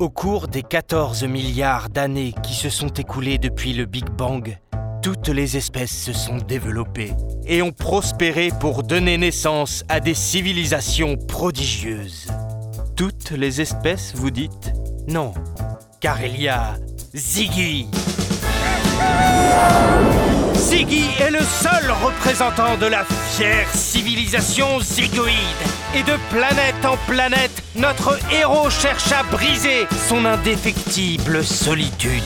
Au cours des 14 milliards d'années qui se sont écoulées depuis le Big Bang, toutes les espèces se sont développées et ont prospéré pour donner naissance à des civilisations prodigieuses. Toutes les espèces, vous dites ? Non, car il y a Ziggy. Ziggy est le seul représentant de la fière civilisation zygoïde. Et de planète en planète, notre héros cherche à briser son indéfectible solitude.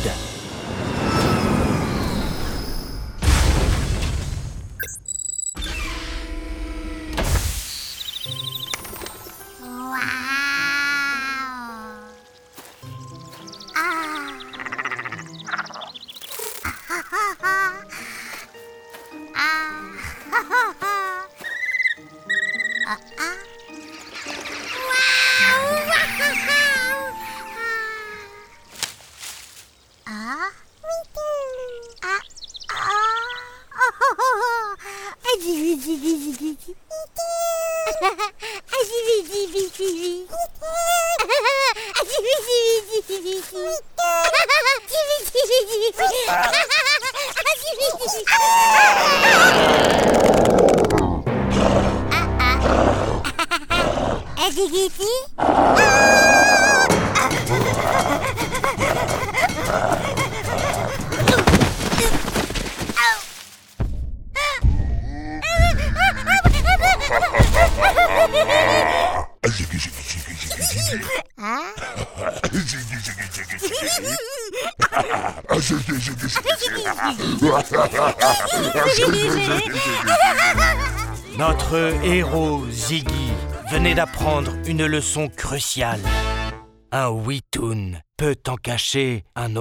Notre héros Ziggy venait d'apprendre une leçon cruciale. Un Witoon peut en cacher un autre ?